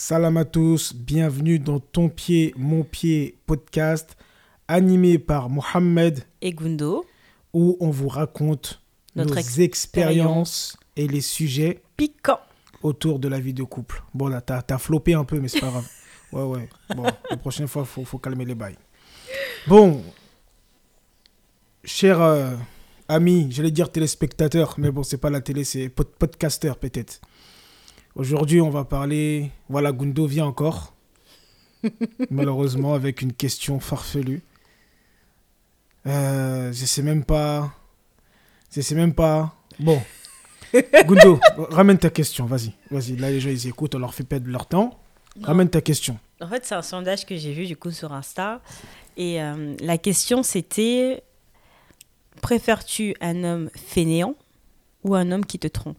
Salam à tous, bienvenue dans Ton Pied, Mon Pied podcast, animé par Mohamed et Gundo, où on vous raconte nos expériences et les sujets piquants autour de la vie de couple. Bon là, t'as floppé un peu, mais c'est pas grave. Ouais. Bon, la prochaine fois, faut calmer les bails. Bon, cher amis, j'allais dire téléspectateurs, mais bon, c'est pas la télé, c'est podcasteur peut-être. Aujourd'hui, on va parler... Voilà, Gundo vient encore. Malheureusement, avec une question farfelue. Je sais même pas... Bon. Gundo, ramène ta question, vas-y. Là, les gens, ils écoutent, on leur fait perdre leur temps. Non. Ramène ta question. En fait, c'est un sondage que j'ai vu, du coup, sur Insta. Et la question, c'était... Préfères-tu un homme fainéant ou un homme qui te trompe ?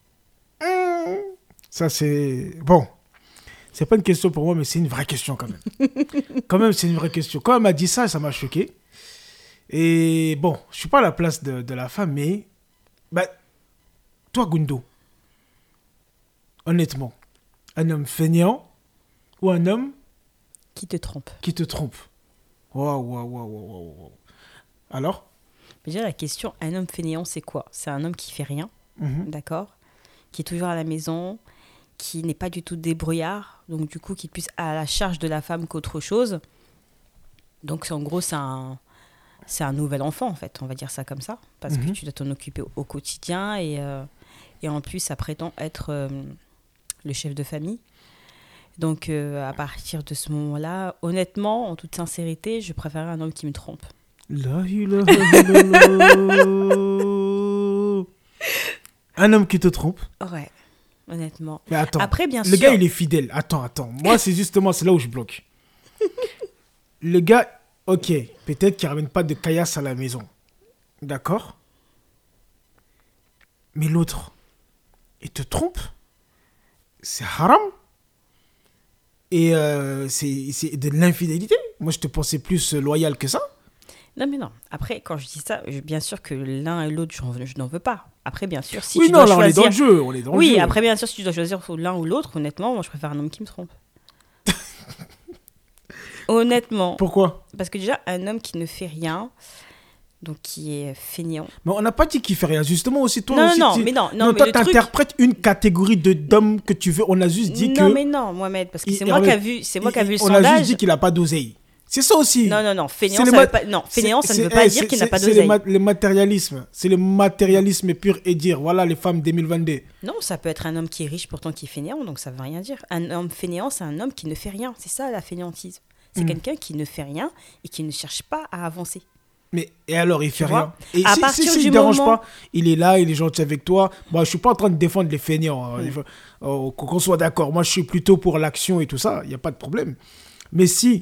Ça, c'est... Bon, c'est pas une question pour moi, mais c'est une vraie question quand même. C'est une vraie question. Quand elle m'a dit ça, ça m'a choqué. Et bon, je suis pas à la place de la femme, mais... Bah, toi, Gundo, honnêtement, un homme fainéant ou un homme... Qui te trompe. Waouh. Alors ? Déjà, la question, un homme fainéant, c'est quoi ? C'est un homme qui fait rien, d'accord ? Qui est toujours à la maison... qui n'est pas du tout débrouillard, donc du coup qui est plus à la charge de la femme qu'autre chose. Donc en gros c'est un nouvel enfant en fait, on va dire ça comme ça, parce que tu dois t'en occuper au quotidien et en plus ça prétend être le chef de famille. Donc à partir de ce moment-là, honnêtement, en toute sincérité, je préférerais un homme qui me trompe. Un homme qui te trompe ? Ouais. Honnêtement. Mais attends, après, bien le sûr... gars, il est fidèle. Attends. Moi, c'est là où je bloque. Le gars, ok, peut-être qu'il ne ramène pas de caillasse à la maison. D'accord ? Mais l'autre, il te trompe. C'est haram. Et c'est de l'infidélité. Moi, je te pensais plus loyal que ça. Non, mais non. Après, quand je dis ça, bien sûr que l'un et l'autre, je n'en veux pas. Après, bien sûr, si oui, tu non, dois là, choisir... on est dans le jeu. Oui, après, bien sûr, si tu dois choisir l'un ou l'autre, honnêtement, moi, je préfère un homme qui me trompe. Honnêtement. Pourquoi ? Parce que déjà, un homme qui ne fait rien, donc qui est feignant... Mais on n'a pas dit qu'il fait rien. Justement, aussi, toi non, aussi... Non, mais toi, t'interprètes une catégorie d'hommes que tu veux. On a juste dit que... Non, mais non, Mohamed, parce que c'est moi qui a vu le sondage. On a juste dit qu'il n'a pas d'oseille. C'est ça aussi. Non. Fainéant, ça ne veut pas dire qu'il n'a pas d'oseille. C'est le matérialisme. C'est le matérialisme pur et dire, voilà les femmes 2022. Non, ça peut être un homme qui est riche pourtant qui est fainéant, donc ça ne veut rien dire. Un homme fainéant, c'est un homme qui ne fait rien. C'est ça la fainéantise. C'est quelqu'un qui ne fait rien et qui ne cherche pas à avancer. Mais et alors, il fait rien. Et à partir si il ne dérange pas, il est là, il est gentil avec toi. Moi, je ne suis pas en train de défendre les fainéants. Qu'on soit d'accord. Moi, je suis plutôt pour l'action et tout ça. Il n'y a pas de problème. Mais si...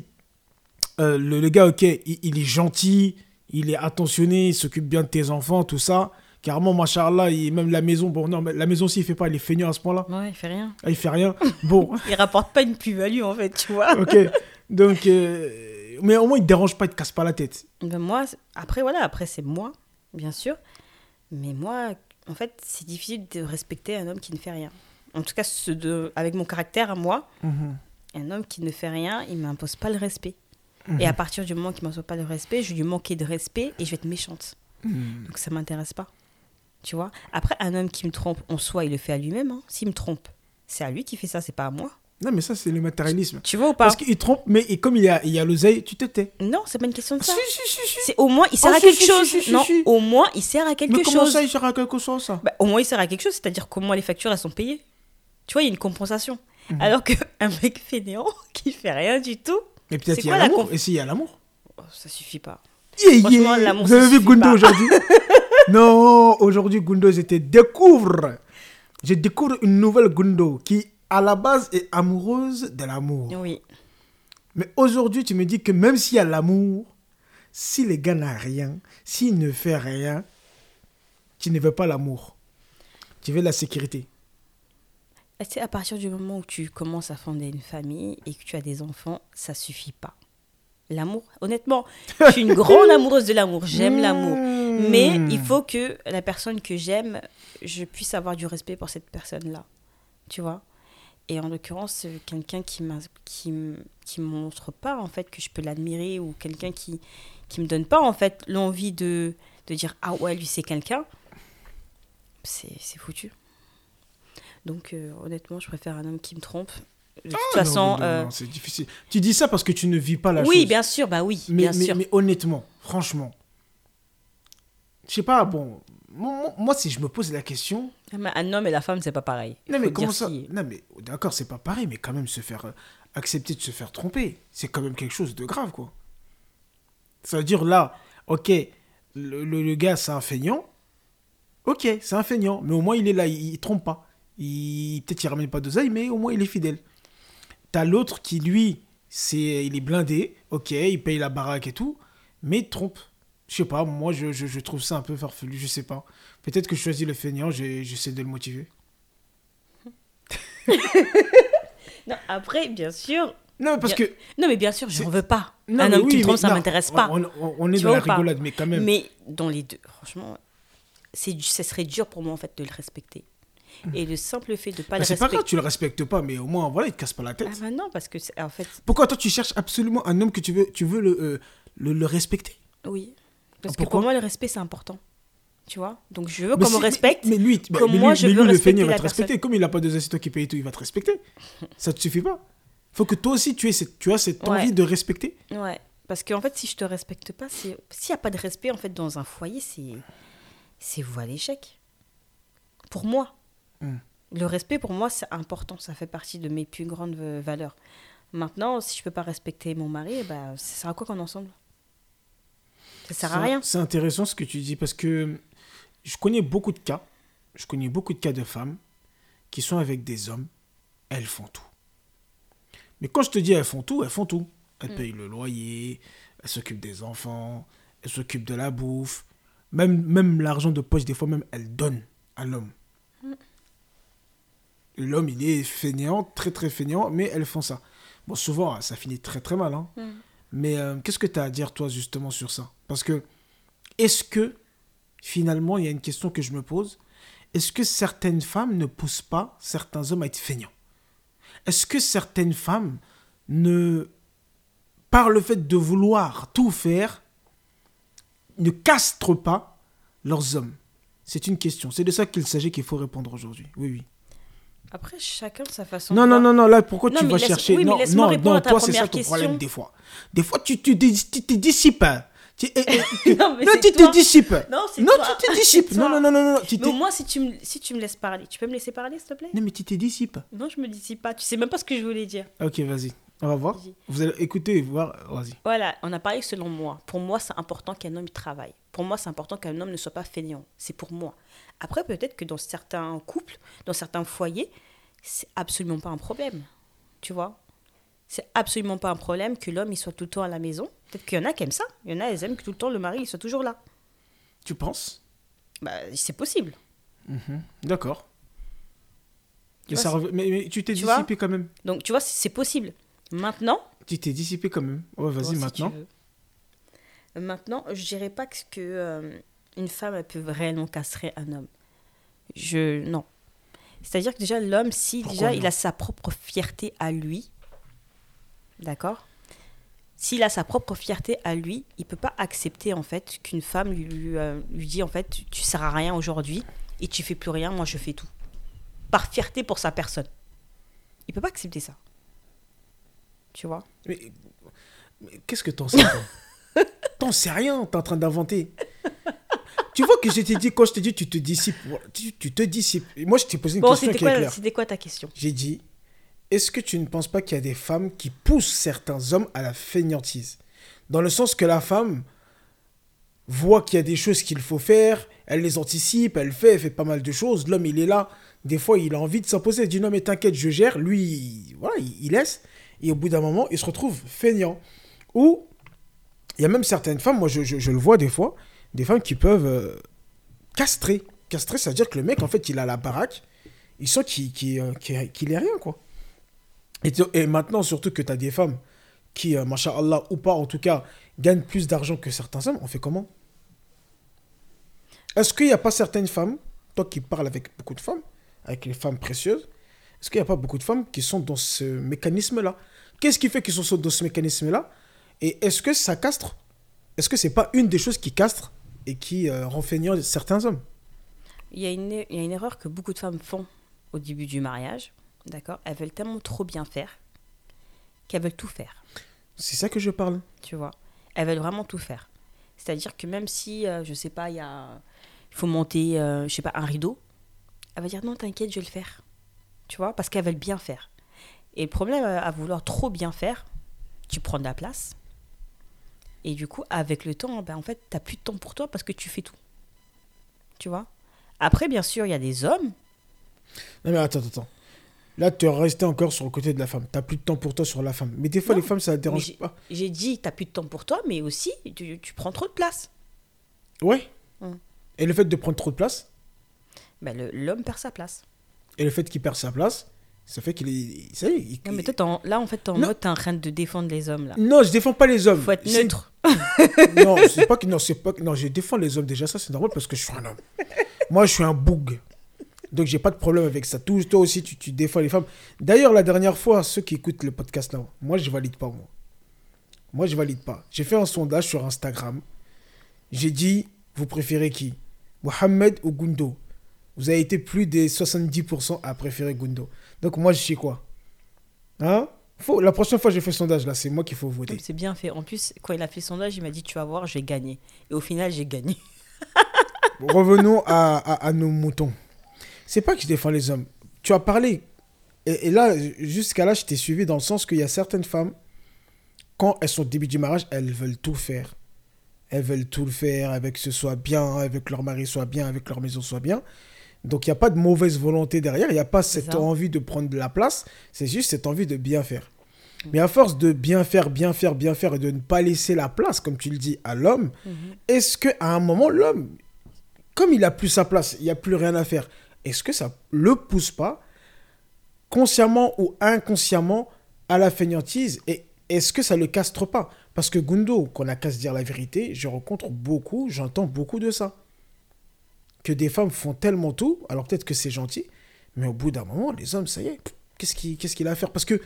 le gars, ok, il est gentil, il est attentionné, il s'occupe bien de tes enfants, tout ça. Carrément, machallah, même la maison, bon, non, mais la maison aussi, il fait pas, il est feignant à ce point-là. Ouais, il fait rien. Ah, il fait rien. Bon. Il rapporte pas une plus-value, en fait, tu vois. Ok, donc, mais au moins, il te dérange pas, il te casse pas la tête. Ben moi, après, c'est moi, bien sûr. Mais moi, en fait, c'est difficile de respecter un homme qui ne fait rien. En tout cas, avec mon caractère à moi, un homme qui ne fait rien, il m'impose pas le respect. Et à partir du moment qu'il ne m'en soit pas le respect, je vais lui manquer de respect et je vais être méchante. Donc ça ne m'intéresse pas. Tu vois ? Après, un homme qui me trompe, en soi, il le fait à lui-même. Hein. S'il me trompe, c'est à lui qui fait ça, c'est pas à moi. Non, mais ça, c'est le matérialisme. Tu vois ou pas ? Parce qu'il trompe, mais comme il y a l'oseille, tu te tais. Non, c'est pas une question de ça. Si. C'est au moins, il sert à quelque chose. Non, au moins, il sert à quelque chose. Mais comment ça, il sert à quelque chose, ça ? Bah, au moins, il sert à quelque chose, c'est-à-dire qu'au moins, les factures, elles sont payées. Tu vois, il y a une compensation. Alors qu'un mec fainéant qui fait rien du tout... Et peut-être il y a l'amour. Et s'il y a l'amour ? Ça suffit pas. Franchement, l'amour, vous avez vu Gundo aujourd'hui ? Non, aujourd'hui, Gundo, je découvre une nouvelle Gundo qui, à la base, est amoureuse de l'amour. Oui. Mais aujourd'hui, tu me dis que même s'il y a l'amour, si le gars n'a rien, s'il ne fait rien, tu ne veux pas l'amour. Tu veux la sécurité. C'est à partir du moment où tu commences à fonder une famille et que tu as des enfants, ça suffit pas. L'amour, honnêtement, je suis une grande amoureuse de l'amour, j'aime l'amour. Mais il faut que la personne que j'aime, je puisse avoir du respect pour cette personne-là, tu vois. Et en l'occurrence, quelqu'un qui me montre pas, en fait, que je peux l'admirer, ou quelqu'un qui me donne pas, en fait, l'envie de dire, ah ouais, lui, c'est quelqu'un, c'est foutu. Donc, honnêtement, je préfère un homme qui me trompe. De toute façon... Non, c'est difficile. Tu dis ça parce que tu ne vis pas la chose. Oui, bien sûr, bah oui, bien sûr. Mais honnêtement, franchement, je sais pas, bon, moi, si je me pose la question... Un homme et la femme, c'est pas pareil. Non, mais comment ça Non, mais d'accord, c'est pas pareil, mais quand même se faire accepter de se faire tromper, c'est quand même quelque chose de grave, quoi. Ça veut dire là, ok, le gars, c'est un feignant. Ok, c'est un feignant, mais au moins il est là, il trompe pas. Peut-être qu'il ramène pas d'oseille, mais au moins il est fidèle. T'as l'autre qui, lui, il est blindé, ok, il paye la baraque et tout, mais il trompe. Je sais pas, moi je trouve ça un peu farfelu, je sais pas. Peut-être que je choisis le feignant, j'essaie de le motiver. Non, après, bien sûr... Non, parce que... Non, mais bien sûr, je n'en veux pas. Non, un homme qui me trompe, ça non, m'intéresse pas. On est dans la rigolade, mais quand même... Mais dans les deux, franchement, ça serait dur pour moi, en fait, de le respecter. Et le simple fait de pas le respecter... C'est pas grave, tu le respectes pas, mais au moins, voilà, il te casse pas la tête. Ah bah non, parce que, en fait... Pourquoi toi, tu cherches absolument un homme que tu veux le respecter? Oui. Parce que pour moi, le respect, c'est important. Tu vois? Donc, je veux qu'on me respecte. Mais lui, je veux respecter il va te respecter. Comme il n'a pas de assistants qui paye tout, il va te respecter. Ça te suffit pas. Faut que toi aussi, tu as cette envie de respecter. Ouais. Parce qu'en fait, si je te respecte pas, s'il n'y a pas de respect, en fait, dans un foyer, c'est voué à l'échec. Pour moi. Le respect, pour moi, c'est important. Ça fait partie de mes plus grandes valeurs. Maintenant, si je peux pas respecter mon mari, bah, ça sert à quoi qu'on est ensemble? Ça sert à rien. C'est intéressant ce que tu dis parce que je connais beaucoup de cas. Je connais beaucoup de cas de femmes qui sont avec des hommes. Elles font tout. Mais quand je te dis elles font tout, elles font tout. Elles payent le loyer, elles s'occupent des enfants, elles s'occupent de la bouffe. Même l'argent de poche, des fois même, elles donnent à l'homme. L'homme, il est fainéant, très très fainéant, mais elles font ça. Bon, souvent, ça finit très très mal. Hein. Mais qu'est-ce que tu as à dire, toi, justement, sur ça? Parce que, est-ce que, finalement, il y a une question que je me pose. Est-ce que certaines femmes ne poussent pas certains hommes à être feignants? Est-ce que certaines femmes par le fait de vouloir tout faire, ne castrent pas leurs hommes? C'est une question. C'est de ça qu'il s'agit qu'il faut répondre aujourd'hui. Oui, oui. Après, chacun de sa façon non, de voir. Non, là, pourquoi tu vas chercher... Oui, non, mais laisse-moi répondre à ta toi, c'est première ça ton question. problème, des fois. Des fois, tu te dissipes. Non, mais tu te dissipes. Non, c'est non toi. tu te dissipes. Non. Mais au moins, si tu me laisses parler, tu peux me laisser parler, s'il te plaît? Non, mais tu te dissipes. Non, je me dissipe pas. Tu sais même pas ce que je voulais dire. Ok, vas-y. On va voir. Vas-y. Vous allez écouter et voir. Vas-y. Voilà, on a parlé selon moi. Pour moi, c'est important qu'un homme travaille. Pour moi, c'est important qu'un homme ne soit pas fainéant. C'est pour moi. Après, peut-être que dans certains couples, dans certains foyers, c'est absolument pas un problème. Tu vois? C'est absolument pas un problème que l'homme il soit tout le temps à la maison. Peut-être qu'il y en a qui aiment ça. Il y en a, elles aiment que tout le temps le mari il soit toujours là. Tu penses? Bah, c'est possible. D'accord. Tu mais tu t'es dissipé quand même. Donc, tu vois, c'est possible. Maintenant... Tu t'es dissipé quand même. Ouais, vas-y, maintenant. Si maintenant, je dirais pas que une femme elle peut réellement castrer un homme. Non. C'est-à-dire que déjà, l'homme, si déjà il a sa propre fierté à lui, d'accord? S'il a sa propre fierté à lui, il peut pas accepter en fait qu'une femme lui dit en fait tu sers à rien aujourd'hui et tu fais plus rien, moi je fais tout. Par fierté pour sa personne. Il peut pas accepter ça. Tu vois? Mais qu'est-ce que t'en sais, toi? T'en sais rien, t'es en train d'inventer. Tu vois que je t'ai dit, quand je t'ai dit tu te dissipes, tu te dissipes. Et moi, je t'ai posé une question qui est claire. C'était quoi ta question? J'ai dit, est-ce que tu ne penses pas qu'il y a des femmes qui poussent certains hommes à la fainéantise? Dans le sens que la femme voit qu'il y a des choses qu'il faut faire, elle les anticipe, elle fait pas mal de choses. L'homme, il est là. Des fois, il a envie de s'imposer. Il dit, non, mais t'inquiète, je gère. Lui, voilà, il laisse. Et au bout d'un moment, il se retrouve feignant. Ou, il y a même certaines femmes, moi, je le vois des fois, des femmes qui peuvent castrer. Castrer, c'est-à-dire que le mec, en fait, il a la baraque. Il sent qu'il est rien, quoi. Et maintenant, surtout que tu as des femmes qui, masha'Allah, ou pas, en tout cas, gagnent plus d'argent que certains hommes, on fait comment? Est-ce qu'il n'y a pas certaines femmes, toi qui parles avec beaucoup de femmes, avec les femmes précieuses, Est-ce qu'il n'y a pas beaucoup de femmes qui sont dans ce mécanisme-là? Qu'est-ce qui fait qu'ils sont dans ce mécanisme-là? Et est-ce que ça castre? Est-ce que c'est pas une des choses qui castre et qui rend feignant certains hommes? Il y a une erreur que beaucoup de femmes font au début du mariage, d'accord? Elles veulent tellement trop bien faire qu'elles veulent tout faire, C'est ça que je parle. tu vois. Elles veulent vraiment tout faire. C'est-à-dire que même si, je sais pas, il faut monter, je sais pas, un rideau, elle va dire non, t'inquiète, je vais le faire. Tu vois, parce qu'elles veulent bien faire. Et le problème à vouloir trop bien faire, tu prends de la place. Et du coup, avec le temps, ben, en fait, t'as plus de temps pour toi parce que tu fais tout. Tu vois. Après, bien sûr, il y a des hommes. Non mais attends. Là, tu es resté encore sur le côté de la femme. Tu n'as plus de temps pour toi sur la femme. Mais des fois, Non, les femmes, ça ne dérange mais pas. j'ai dit, t'as plus de temps pour toi, mais aussi, tu prends trop de place. Ouais. Hum. Et le fait de prendre trop de place, Ben, l'homme perd sa place. et le fait qu'il perd sa place, ça fait qu'il est... Ça y est, Non, mais toi, là, en fait, t'es en Non. mode, t'es en train de défendre les hommes, là. Non, je défends pas les hommes. Faut être C'est- neutre. Non, c'est pas que... Non, c'est pas que... Non, je défends les hommes. Déjà, ça, c'est normal parce que je suis un homme. Moi, je suis un boug. Donc, j'ai pas de problème avec ça. Toi aussi, tu défends les femmes. D'ailleurs, la dernière fois, ceux qui écoutent le podcast là, moi, je valide pas, moi. Moi, je valide pas. J'ai fait un sondage sur Instagram. J'ai dit, vous préférez qui? Mohamed ou Gundo? Vous avez été plus des 70% à préférer Gundo. Donc, moi, je sais quoi? Hein? La prochaine fois que je fais sondage, là, c'est moi qu'il faut voter. C'est bien fait. En plus, quand il a fait son sondage, il m'a dit, tu vas voir, j'ai gagné. Et au final, j'ai gagné. Revenons à nos moutons. C'est pas que je défends les hommes. Tu as parlé. Et là, jusqu'à là, je t'ai suivi dans le sens qu'il y a certaines femmes, quand elles sont au début du mariage, elles veulent tout faire. Elles veulent tout le faire avec que ce soit bien, avec que leur mari soit bien, avec que leur maison soit bien. Donc, il n'y a pas de mauvaise volonté derrière. Il n'y a pas cette ça. envie de prendre de la place. C'est juste cette envie de bien faire. Mais à force de bien faire et de ne pas laisser la place, comme tu le dis, à l'homme, est-ce qu'à un moment, l'homme, comme il n'a plus sa place, il n'y a plus rien à faire, est-ce que ça le pousse pas, consciemment ou inconsciemment, à la fainéantise? Et est-ce que ça le castre pas? Parce que Gundo, qu'on a qu'à se dire la vérité, j'entends beaucoup de ça. Que des femmes font tellement tout, alors peut-être que c'est gentil, mais au bout d'un moment, les hommes, ça y est, qu'est-ce qu'il a à faire? Parce que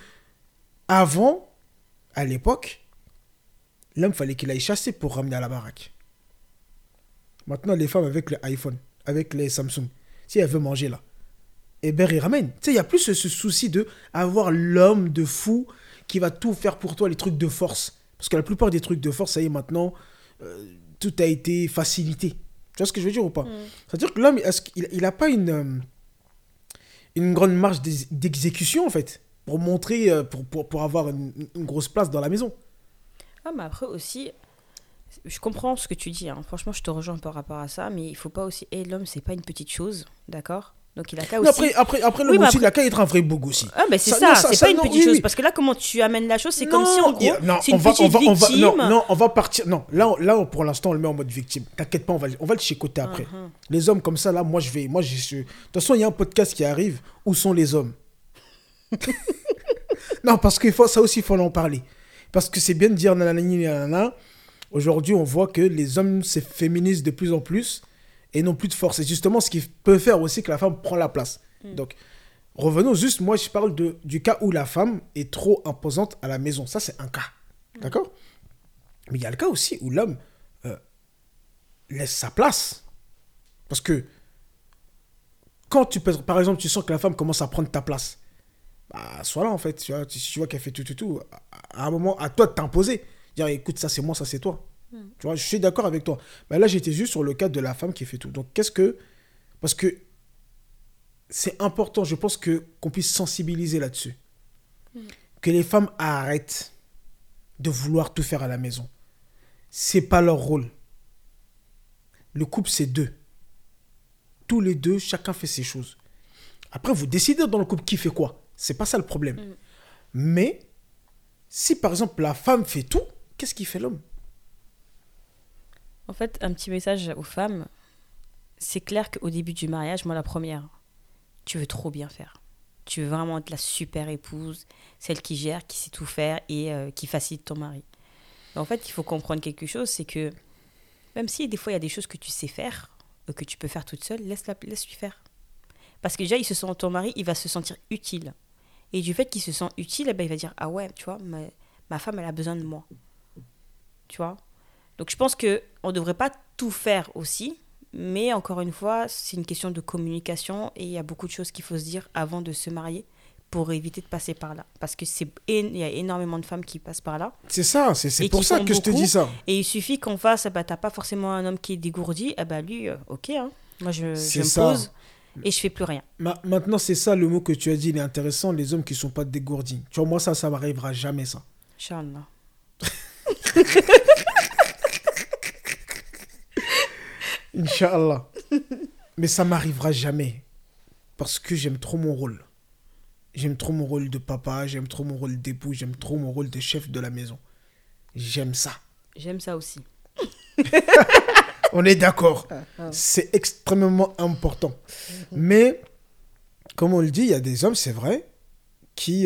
avant, à l'époque, l'homme fallait qu'il aille chasser pour ramener à la baraque. Maintenant, les femmes avec les iPhone, avec les Samsung, si elle veut manger là, eh ben, il ramène. Tu sais, il n'y a plus ce souci de avoir l'homme de fou qui va tout faire pour toi, les trucs de force. Parce que la plupart des trucs de force, ça y est, maintenant, tout a été facilité. Tu vois ce que je veux dire ou pas? C'est-à-dire que l'homme, il n'a pas une grande marge d'exécution, en fait, pour montrer, pour avoir une grosse place dans la maison. Ah, mais après aussi, je comprends ce que tu dis. Hein. Franchement, je te rejoins par rapport à ça, mais il faut pas aussi. Et l'homme, c'est pas une petite chose, d'accord? Donc il a qu'à Mais aussi. après l'homme Oui, mais aussi, il après- a qu'à être un vrai boug aussi. Ah, ben c'est Ça- ça, non, c'est pas une non, petite oui, chose. oui. Parce que là, comment tu amènes la chose, c'est comme si en gros, non, c'est une petite victime. non, on va partir. Non, là, pour l'instant, on le met en mode victime. T'inquiète pas, on va le chicoter après. Les hommes comme ça, là, moi, j'ai ce. De toute façon, il y a un podcast qui arrive. Où sont les hommes? Non, parce que ça aussi, il faut en parler. Parce que c'est bien de dire nanani, nanana. Aujourd'hui, on voit que les hommes se féminisent de plus en plus et n'ont plus de force. C'est justement ce qui peut faire aussi que la femme prend la place. Donc, revenons juste, moi, je parle du cas où la femme est trop imposante à la maison. Ça, c'est un cas. D'accord? Mais il y a le cas aussi où l'homme laisse sa place. Parce que quand par exemple, tu sens que la femme commence à prendre ta place, bah, sois là, en fait. Tu vois qu'elle fait tout. À un moment, à toi de t'imposer. Dire, écoute, ça c'est moi, ça c'est toi. Tu vois, je suis d'accord avec toi. Mais là, j'étais juste sur le cas de la femme qui fait tout. Donc, parce que c'est important, je pense qu'on puisse sensibiliser là-dessus. Que les femmes arrêtent de vouloir tout faire à la maison. C'est pas leur rôle. Le couple, c'est deux. Tous les deux, chacun fait ses choses. Après, vous décidez dans le couple qui fait quoi. C'est pas ça le problème. Mais, si par exemple la femme fait tout, qu'est-ce qu'il fait l'homme? En fait, un petit message aux femmes. C'est clair qu'au début du mariage, moi la première, tu veux trop bien faire. Tu veux vraiment être la super épouse, celle qui gère, qui sait tout faire et qui facilite ton mari. En fait, il faut comprendre quelque chose, c'est que même si des fois il y a des choses que tu sais faire, que tu peux faire toute seule, laisse-lui faire. Parce que déjà, ton mari, il va se sentir utile. Et du fait qu'il se sent utile, eh ben, il va dire, ah ouais, tu vois, ma femme, elle a besoin de moi. Tu vois. Donc, je pense qu'on ne devrait pas tout faire aussi. Mais encore une fois, c'est une question de communication. Et il y a beaucoup de choses qu'il faut se dire avant de se marier pour éviter de passer par là. Parce que il y a énormément de femmes qui passent par là. C'est ça, c'est pour ça que je te dis ça. Et il suffit qu'on fasse, bah, t'as pas forcément un homme qui est dégourdi, eh ben lui, ok, hein. Moi je me pose et je fais plus rien. Maintenant, c'est ça le mot que tu as dit, il est intéressant, les hommes qui sont pas dégourdis. Tu vois, moi ça m'arrivera jamais ça. Inch'Allah. Inch'Allah. Mais ça m'arrivera jamais. Parce que j'aime trop mon rôle. J'aime trop mon rôle de papa, j'aime trop mon rôle d'époux, j'aime trop mon rôle de chef de la maison. J'aime ça. J'aime ça aussi. On est d'accord. C'est extrêmement important. Mais, comme on le dit, il y a des hommes, c'est vrai, qui...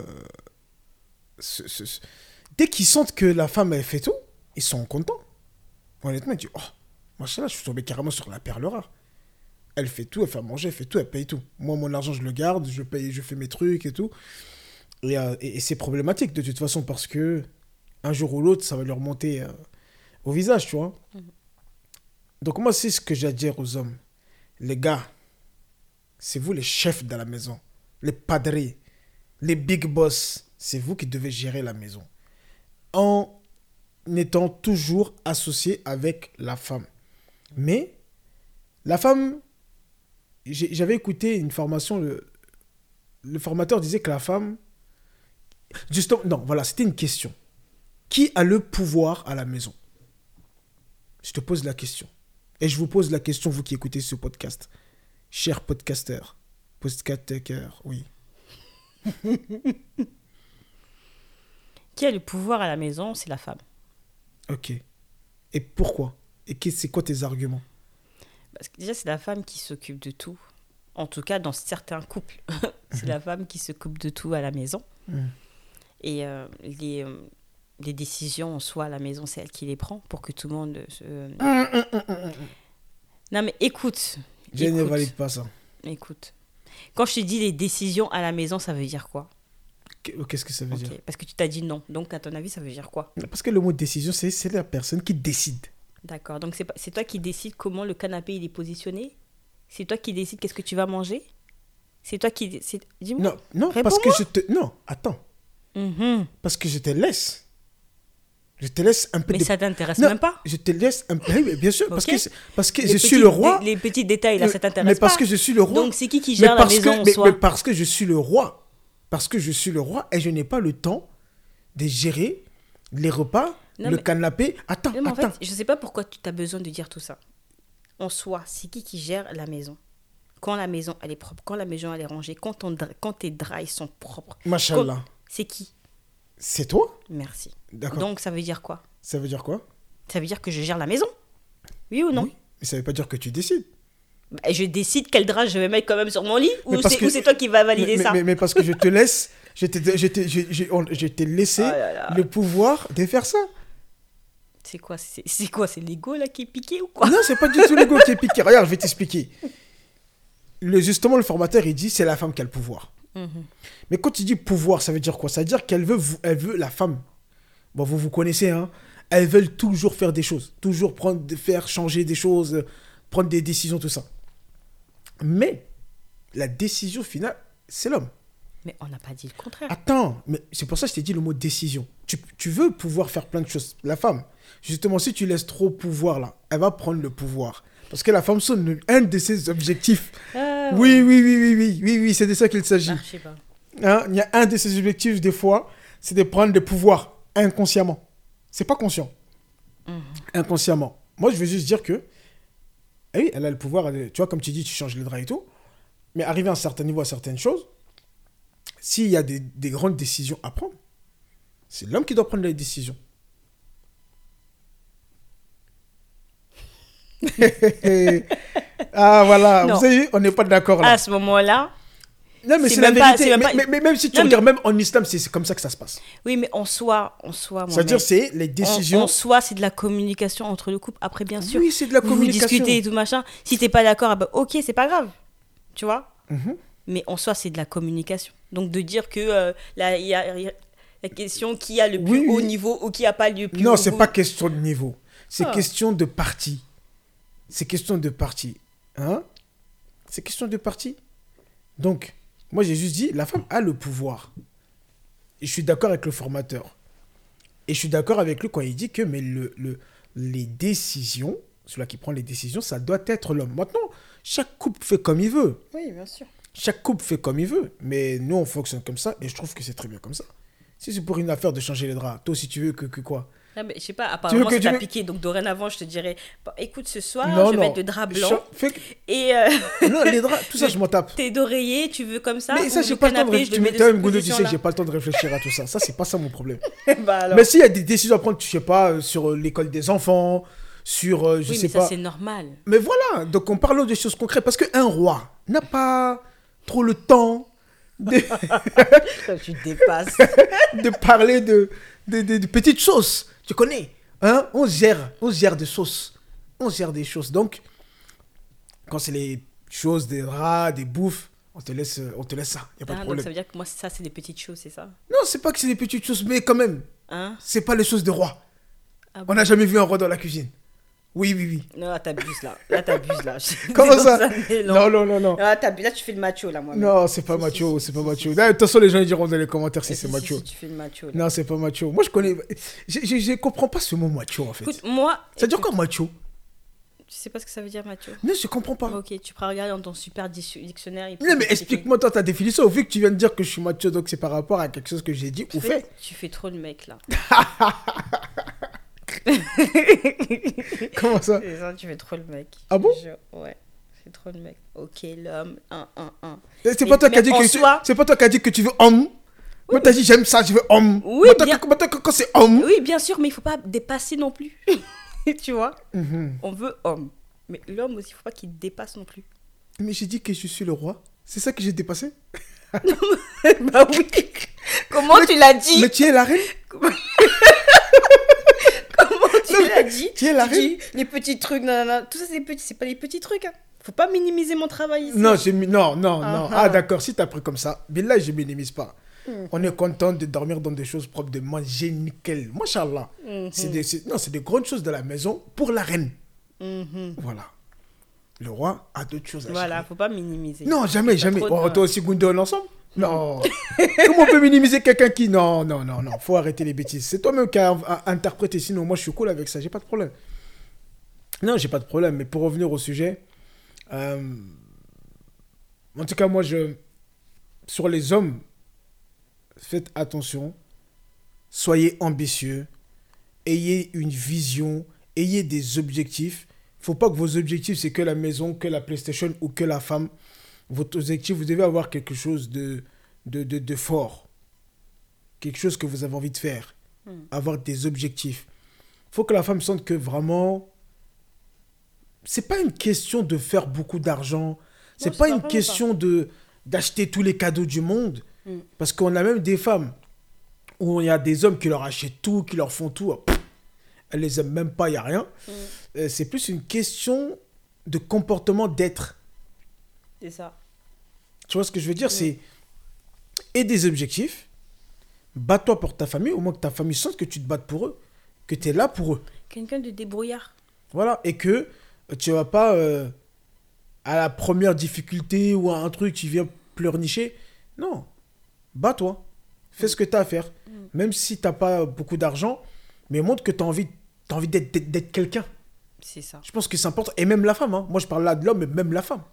dès qu'ils sentent que la femme, elle fait tout, ils sont contents. Honnêtement, ils disent, oh, machin, je suis tombé carrément sur la perle rare. Elle fait tout, elle fait à manger, elle fait tout, elle paye tout. Moi, mon argent, je le garde, je paye, je fais mes trucs et tout. Et c'est problématique de toute façon parce que un jour ou l'autre, ça va lui remonter au visage, tu vois. Donc moi, c'est ce que j'ai à dire aux hommes. Les gars, c'est vous les chefs de la maison, les padres, les big boss. C'est vous qui devez gérer la maison. En étant toujours associé avec la femme. Mais la femme... J'avais écouté une formation, le formateur disait que la femme... Justement, non, voilà, c'était une question. Qui a le pouvoir à la maison? Je te pose la question. Et je vous pose la question, vous qui écoutez ce podcast. Cher podcaster, oui. Qui a le pouvoir à la maison? C'est la femme. Ok. Et pourquoi? Et c'est quoi tes arguments? Parce que déjà, c'est la femme qui s'occupe de tout. En tout cas, dans certains couples, c'est la femme qui s'occupe de tout à la maison. Et les décisions en soi à la maison, c'est elle qui les prend pour que tout le monde Non, mais écoute. Je ne valide pas ça. Écoute. Quand je te dis les décisions à la maison, ça veut dire quoi? Qu'est-ce que ça veut dire? Parce que tu t'as dit non. Donc, à ton avis, ça veut dire quoi? Parce que le mot décision, c'est la personne qui décide. D'accord. Donc, c'est toi qui décides comment le canapé il est positionné? C'est toi qui décides qu'est-ce que tu vas manger? C'est toi qui décides... Dis-moi. Non, parce que je te... Non, attends. Parce que je te laisse. Je te laisse un peu... Mais ça t'intéresse même pas? Je te laisse un peu... Oui, bien sûr, okay. parce que je suis le roi. Les petits détails, là, ça t'intéresse pas? Mais parce que je suis le roi. Donc, c'est qui gère la maison en soi? Mais parce que je suis le roi. Parce que je suis le roi et je n'ai pas le temps de gérer les repas, canapé. Attends. En fait, je ne sais pas pourquoi tu as besoin de dire tout ça. En soi, c'est qui gère la maison? Quand la maison, elle est propre, quand la maison, elle est rangée, quand tes draps sont propres. Machallah. C'est qui? C'est toi? Merci. D'accord. Donc, ça veut dire quoi? Ça veut dire quoi? Ça veut dire que je gère la maison. Oui ou non? Oui, mais ça ne veut pas dire que tu décides. Bah, je décide quel drap je vais mettre quand même sur mon lit ou c'est toi qui vas valider ça? Mais parce que je te laisse, je t'ai laissé le pouvoir de faire ça. C'est quoi? C'est l'ego là qui est piqué ou quoi? Non, c'est pas du tout l'ego qui est piqué. Regarde, je vais t'expliquer. Justement, le formateur, il dit c'est la femme qui a le pouvoir. Mais quand il dit pouvoir, ça veut dire quoi? Ça veut dire qu'elle veut la femme. Bon, vous connaissez, hein. Elles veulent toujours faire des choses. Toujours faire changer des choses, prendre des décisions, tout ça. Mais la décision finale, c'est l'homme. Mais on n'a pas dit le contraire. Attends, mais c'est pour ça que je t'ai dit le mot décision. Tu veux pouvoir faire plein de choses. La femme, justement, si tu laisses trop pouvoir là, elle va prendre le pouvoir. Parce que la femme, un de ses objectifs. Oui, c'est de ça qu'il s'agit. Je sais pas. Hein, il y a un de ses objectifs, des fois, c'est de prendre le pouvoir inconsciemment. C'est pas conscient. Inconsciemment. Moi, je veux juste dire que, oui, elle a le pouvoir. Tu vois, comme tu dis, tu changes les draps et tout. Mais arrivé à un certain niveau, à certaines choses, s'il y a des grandes décisions à prendre, c'est l'homme qui doit prendre les décisions. Ah, voilà. Non. Vous savez, on n'est pas d'accord là. À ce moment-là... Non, mais c'est la vérité. Mais même si tu regardes, même en islam, c'est comme ça que ça se passe. Oui, mais en soi... C'est-à-dire, c'est les décisions... En soi, c'est de la communication entre le couple. Après, bien sûr, oui, c'est de la communication. Vous discutez et tout machin. Si t'es pas d'accord, bah, ok, c'est pas grave. Tu vois? Mais en soi, c'est de la communication. Donc, de dire que il y a la question qui a le plus haut niveau ou qui n'a pas le plus haut niveau. Non, c'est pas question de niveau. C'est question de parti. C'est question de parti. Hein? C'est question de parti. Donc, moi, j'ai juste dit, la femme a le pouvoir. Et je suis d'accord avec le formateur. Et je suis d'accord avec lui quand il dit que mais les décisions, celui qui prend les décisions, ça doit être l'homme. Maintenant, chaque couple fait comme il veut. Oui, bien sûr. Chaque couple fait comme il veut. Mais nous, on fonctionne comme ça. Et je trouve que c'est très bien comme ça. Si c'est pour une affaire de changer les draps, toi, si tu veux que quoi? Ah, mais je sais pas, apparemment, ça t'a piqué. Donc, dorénavant, je te dirais, bon, écoute, ce soir, je vais mettre de draps blancs. Et non, les draps, tout ça, je m'en tape. T'es d'oreiller, tu veux comme ça? Mais ça, j'ai pas le temps de réfléchir. Tu sais que j'ai pas le temps de réfléchir à tout ça. Ça, c'est pas ça mon problème. Mais s'il y a des décisions à prendre, je sais pas, sur l'école des enfants, sur, je sais pas. Oui, mais ça, c'est normal. Mais voilà, donc on parle de choses concrètes. Parce qu'un roi n'a pas trop le temps de... Tu dépasses. de parler de petites choses. Tu connais, hein? On gère des sauces. On gère des choses. Donc, quand c'est les choses, des rats, des bouffes, on te laisse ça. Il n'y a pas de problème. Donc ça veut dire que moi, ça, c'est des petites choses, c'est ça? Non, c'est pas que c'est des petites choses, mais quand même. Hein? C'est pas les choses de roi. Ah bon? On n'a jamais vu un roi dans la cuisine. Oui. Non, là, t'abuses, là. Là, t'abuses, là. Comment ça? Non. Là, t'abuses. Là, tu fais le macho, là, moi. Non, c'est pas macho, c'est pas macho. De toute façon, les gens ils diront dans les commentaires si c'est macho. Si, tu fais le macho, là. Non, c'est pas macho. Moi, je connais... Je comprends pas ce mot macho, en fait. Écoute, moi... Ça veut dire quoi, macho? Tu sais pas ce que ça veut dire, macho? Non, je comprends pas. Ok, tu pourras regarder dans ton super dictionnaire. Non, mais explique-moi toi ta définition. Vu que tu viens de dire que je suis macho, donc c'est par rapport à quelque chose que j'ai dit ou fait. Tu fais trop de mec, là. Comment ça? C'est ça, tu fais trop le mec. Ah bon? Ouais, c'est trop le mec. Ok, l'homme, un. C'est pas toi qui as dit c'est pas toi qui as dit que tu veux homme. Oui, moi, t'as dit j'aime ça, je veux homme. Oui, quand c'est homme. Oui, bien sûr, mais il faut pas dépasser non plus. Tu vois? On veut homme. Mais l'homme aussi, il faut pas qu'il dépasse non plus. Mais j'ai dit que je suis le roi. C'est ça que j'ai dépassé? Bah oui. Comment tu l'as dit? Mais tu es la reine? Comment tu l'as dit? Tu es la reine? Les petits trucs, non. Tout ça, c'est pas les petits trucs. Hein. Faut pas minimiser mon travail ici. Non, non. Ah, d'accord, si t'as pris comme ça. Mais là, je minimise pas. On est content de dormir dans des choses propres, de manger nickel. Machallah. C'est des grandes choses de la maison pour la reine. Voilà. Le roi a d'autres choses à gérer. Voilà, faut pas minimiser. Non, jamais. Oh, toi aussi, Gundo, ensemble? Non. Comment on peut minimiser quelqu'un qui... Non. Faut arrêter les bêtises. C'est toi-même qui as interprété. Sinon, moi, je suis cool avec ça. J'ai pas de problème. Non, j'ai pas de problème. Mais pour revenir au sujet... En tout cas, moi, sur les hommes, faites attention. Soyez ambitieux. Ayez une vision. Ayez des objectifs. Faut pas que vos objectifs, c'est que la maison, que la PlayStation ou que la femme. Votre objectif, vous devez avoir quelque chose de fort. Quelque chose que vous avez envie de faire. Avoir des objectifs. Faut que la femme sente que vraiment... C'est pas une question de faire beaucoup d'argent. C'est pas une question d'acheter tous les cadeaux du monde. Parce qu'on a même des femmes où il y a des hommes qui leur achètent tout, qui leur font tout. Elles les aiment même pas, il n'y a rien. C'est plus une question de comportement d'être. C'est ça. Tu vois ce que je veux dire? C'est... Et des objectifs. Bats-toi pour ta famille, au moins que ta famille sente que tu te battes pour eux. Que tu es là pour eux. Quelqu'un de débrouillard. Voilà. Et que tu vas pas... à la première difficulté ou à un truc, tu viens pleurnicher. Non. Bats-toi. Fais ce que tu as à faire. Même si tu n'as pas beaucoup d'argent, mais montre que tu as envie d'être quelqu'un. C'est ça. Je pense que c'est important. Et même la femme. Hein. Moi, je parle là de l'homme, mais même la femme.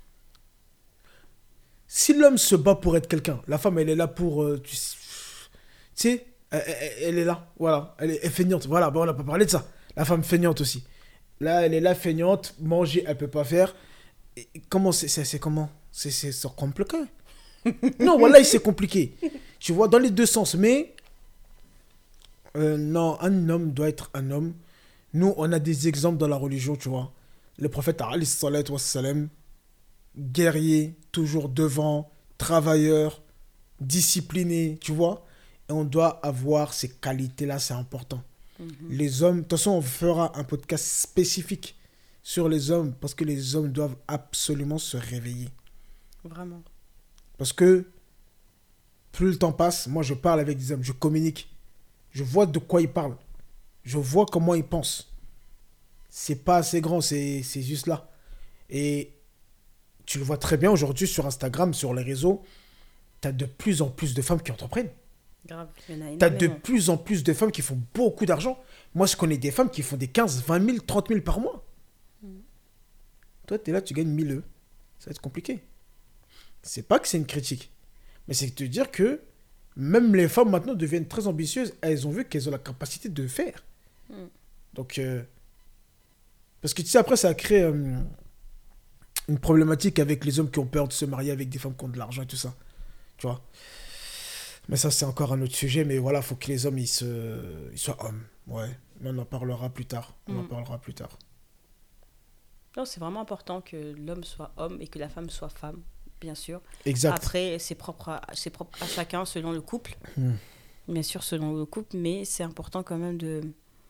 Si l'homme se bat pour être quelqu'un, la femme, elle est là pour... tu sais, elle est là. Voilà. Elle est feignante. Voilà. Bon, on n'a pas parlé de ça. La femme feignante aussi. Là, elle est là feignante. Manger, elle ne peut pas faire. Et comment c'est comment? C'est compliqué. Non, voilà, c'est compliqué. Tu vois, dans les deux sens. Mais... non, un homme doit être un homme. Nous, on a des exemples dans la religion, tu vois. Le prophète, alayhi salatu wassalam, guerrier, toujours devant, travailleur, discipliné, tu vois. Et on doit avoir ces qualités-là, c'est important. Les hommes, de toute façon, on fera un podcast spécifique sur les hommes, parce que les hommes doivent absolument se réveiller. Vraiment. Parce que plus le temps passe, moi je parle avec des hommes, je communique. Je vois de quoi ils parlent. Je vois comment ils pensent. C'est pas assez grand, c'est juste là. Et tu le vois très bien aujourd'hui sur Instagram, sur les réseaux, t'as de plus en plus de femmes qui entreprennent. Grave, il y en a T'as de énormément. plus en plus de femmes qui font beaucoup d'argent. Moi, je connais des femmes qui font des 15, 20 000, 30 000 par mois. Toi, t'es là, tu gagnes 1000 euros. Ça va être compliqué. C'est pas que c'est une critique, mais c'est de te dire que même les femmes maintenant deviennent très ambitieuses. Elles ont vu qu'elles ont la capacité de faire. Mm. Donc, parce que tu sais, après, ça a créé une problématique avec les hommes qui ont peur de se marier avec des femmes qui ont de l'argent et tout ça. Tu vois. Mais ça, c'est encore un autre sujet. Mais voilà, il faut que les hommes, ils soient hommes. Ouais. Mais on en parlera plus tard. On en parlera plus tard. Non, c'est vraiment important que l'homme soit homme et que la femme soit femme, bien sûr. Exact. Après, c'est propre à chacun selon le couple. Bien sûr, selon le couple, mais c'est important quand même de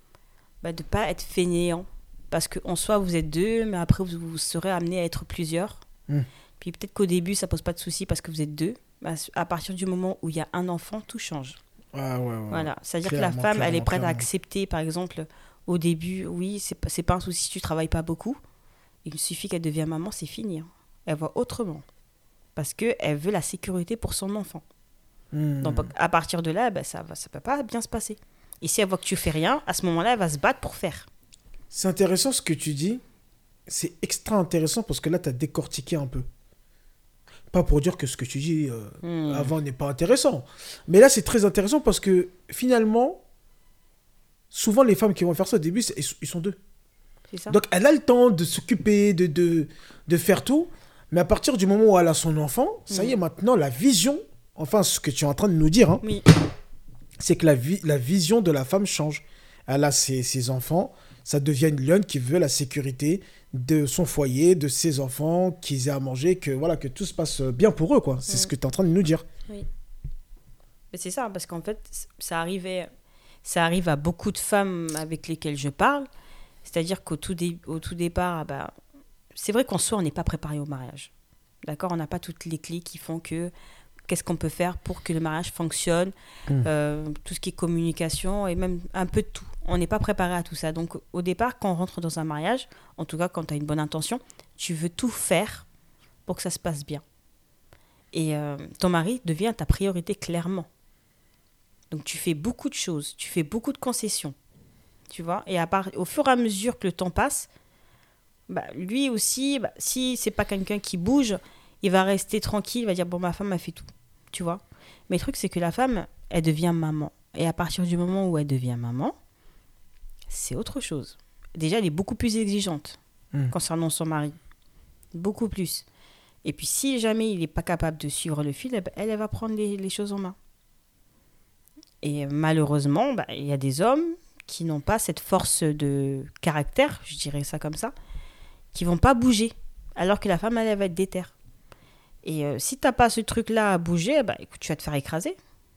pas être fainéant. Parce qu'en soi, vous êtes deux, mais après, vous serez amenés à être plusieurs. Puis peut-être qu'au début, ça pose pas de soucis parce que vous êtes deux. À partir du moment où il y a un enfant, tout change. Ah ouais. Voilà. C'est-à-dire que la femme, elle est prête à accepter, par exemple, au début, oui, c'est pas un souci si tu travailles pas beaucoup. Il suffit qu'elle devienne maman, c'est fini. Elle voit autrement. Parce qu'elle veut la sécurité pour son enfant. Donc, à partir de là, ça peut pas bien se passer. Et si elle voit que tu fais rien, à ce moment-là, elle va se battre pour faire. C'est intéressant ce que tu dis. C'est extra intéressant parce que là, tu as décortiqué un peu. Pas pour dire que ce que tu dis avant n'est pas intéressant. Mais là, c'est très intéressant parce que finalement, souvent, les femmes qui vont faire ça au début, ils sont deux. C'est ça. Donc, elle a le temps de s'occuper, de faire tout. Mais à partir du moment où elle a son enfant, ça y est, maintenant, la vision, enfin, ce que tu es en train de nous dire, Oui. c'est que la vision de la femme change. Elle a ses enfants, ça devient une lionne qui veut la sécurité de son foyer, de ses enfants, qu'ils aient à manger, que tout se passe bien pour eux, quoi. C'est ce que tu es en train de nous dire. Oui. Mais c'est ça, parce qu'en fait, ça arrive à beaucoup de femmes avec lesquelles je parle. C'est-à-dire qu'au tout départ, c'est vrai qu'en soi, on n'est pas préparé au mariage. D'accord ? On n'a pas toutes les clés qui font que qu'est-ce qu'on peut faire pour que le mariage fonctionne, tout ce qui est communication et même un peu de tout. On n'est pas préparé à tout ça. Donc au départ, quand on rentre dans un mariage, en tout cas quand tu as une bonne intention, tu veux tout faire pour que ça se passe bien. Et ton mari devient ta priorité clairement. Donc tu fais beaucoup de choses, tu fais beaucoup de concessions. Tu vois, et au fur et à mesure que le temps passe, lui aussi, si c'est pas quelqu'un qui bouge, il va rester tranquille, il va dire bon, ma femme a fait tout, tu vois. Mais le truc, c'est que la femme, elle devient maman. Et à partir du moment où elle devient maman, c'est autre chose. Déjà, elle est beaucoup plus exigeante concernant son mari. Beaucoup plus. Et puis, si jamais il n'est pas capable de suivre le fil, elle va prendre les choses en main. Et malheureusement, il y a des hommes qui n'ont pas cette force de caractère, je dirais ça comme ça, qui vont pas bouger, alors que la femme, elle va être déter. Et si t'as pas ce truc-là à bouger, écoute, tu vas te faire écraser.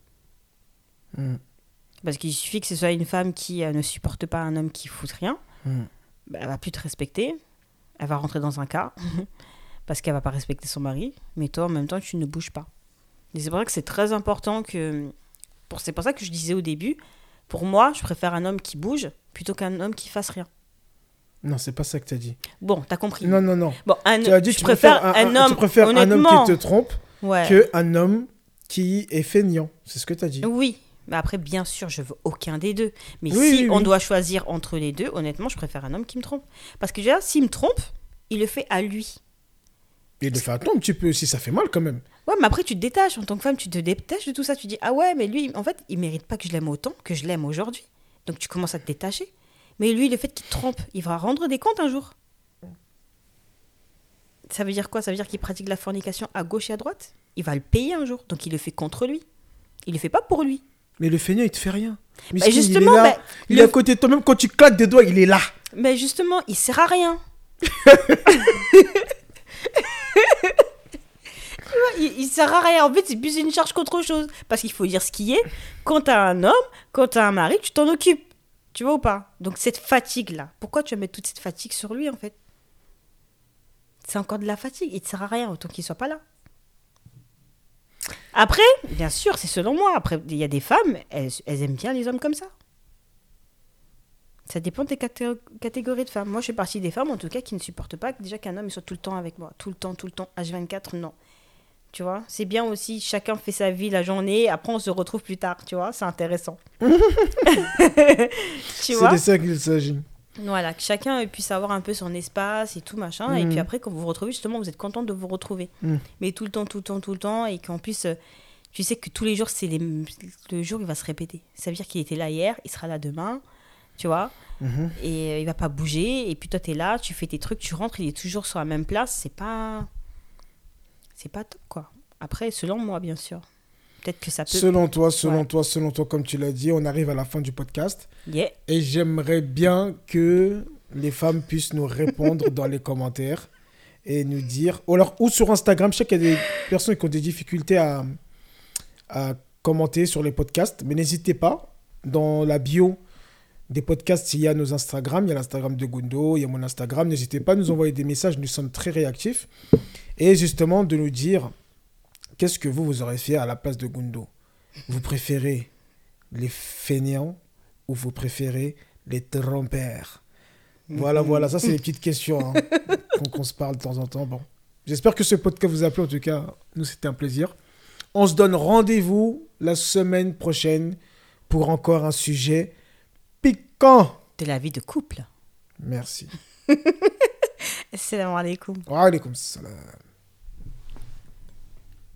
Parce qu'il suffit que ce soit une femme qui ne supporte pas un homme qui fout rien, elle va plus te respecter, elle va rentrer dans un cas, parce qu'elle va pas respecter son mari, mais toi, en même temps, tu ne bouges pas. Et c'est pour ça que c'est très important que... C'est pour ça que je disais au début, pour moi, je préfère un homme qui bouge plutôt qu'un homme qui fasse rien. Non, c'est pas ça que tu as dit. Bon, t'as compris. Non. Bon, tu as dit tu préfères un homme qui te trompe qu'un homme qui est feignant. C'est ce que tu as dit. Oui, mais après, bien sûr, je veux aucun des deux. Mais si on doit choisir entre les deux, honnêtement, je préfère un homme qui me trompe. Parce que déjà, s'il me trompe, il le fait à lui. Il le fait à toi un petit peu aussi, ça fait mal quand même. Ouais, mais après, tu te détaches. En tant que femme, tu te détaches de tout ça. Tu dis, ah ouais, mais lui, en fait, il mérite pas que je l'aime autant que je l'aime aujourd'hui. Donc, tu commences à te détacher. Mais lui, le fait qu'il te trompe, il va rendre des comptes un jour. Ça veut dire quoi ? Ça veut dire qu'il pratique la fornication à gauche et à droite ? Il va le payer un jour. Donc, il le fait contre lui. Il le fait pas pour lui. Mais le feignant, il te fait rien. Justement, il est à côté de toi. Même quand tu claques des doigts, il est là. Mais justement, il sert à rien. Il sert à rien. En fait, c'est plus une charge qu'autre chose. Parce qu'il faut dire ce qui est. Quand t'as un homme, quand t'as un mari, tu t'en occupes. Tu vois ou pas ? Donc cette fatigue-là, pourquoi tu vas mettre toute cette fatigue sur lui en fait ? C'est encore de la fatigue. Il ne te sert à rien autant qu'il ne soit pas là. Après, bien sûr, c'est selon moi. Après, il y a des femmes, elles aiment bien les hommes comme ça. Ça dépend des catégories de femmes. Moi, je fais partie des femmes, en tout cas, qui ne supportent pas déjà qu'un homme soit tout le temps avec moi. Tout le temps, H24, non. Tu vois, c'est bien aussi, chacun fait sa vie la journée, après on se retrouve plus tard, tu vois, c'est intéressant. Tu C'est vois de ça qu'il s'agit. Voilà, que chacun puisse avoir un peu son espace et tout, machin. Et puis après, quand vous vous retrouvez, justement, vous êtes content de vous retrouver. Mais tout le temps, et qu'en plus, tu sais que tous les jours, le jour, il va se répéter. Ça veut dire qu'il était là hier, il sera là demain, tu vois. Et il va pas bouger. Et puis toi, tu es là, tu fais tes trucs, tu rentres, il est toujours sur la même place. C'est pas top, quoi. Après, selon moi, bien sûr. Peut-être que ça peut... Selon toi, comme tu l'as dit, on arrive à la fin du podcast. Yeah. Et j'aimerais bien que les femmes puissent nous répondre dans les commentaires et nous dire... Ou sur Instagram, je sais qu'il y a des personnes qui ont des difficultés à commenter sur les podcasts, mais n'hésitez pas. Dans la bio des podcasts, il y a nos Instagram, il y a l'Instagram de Gundo, il y a mon Instagram. N'hésitez pas à nous envoyer des messages, nous sommes très réactifs. Et justement, de nous dire qu'est-ce que vous aurez fait à la place de Gundo. Vous préférez les fainéants ou vous préférez les trompeurs? Voilà, ça c'est les petites questions qu'on se parle de temps en temps. Bon. J'espère que ce podcast vous a plu, en tout cas, nous c'était un plaisir. On se donne rendez-vous la semaine prochaine pour encore un sujet piquant. De la vie de couple. Merci. Assalamu alaikum. Wa alaikum salam.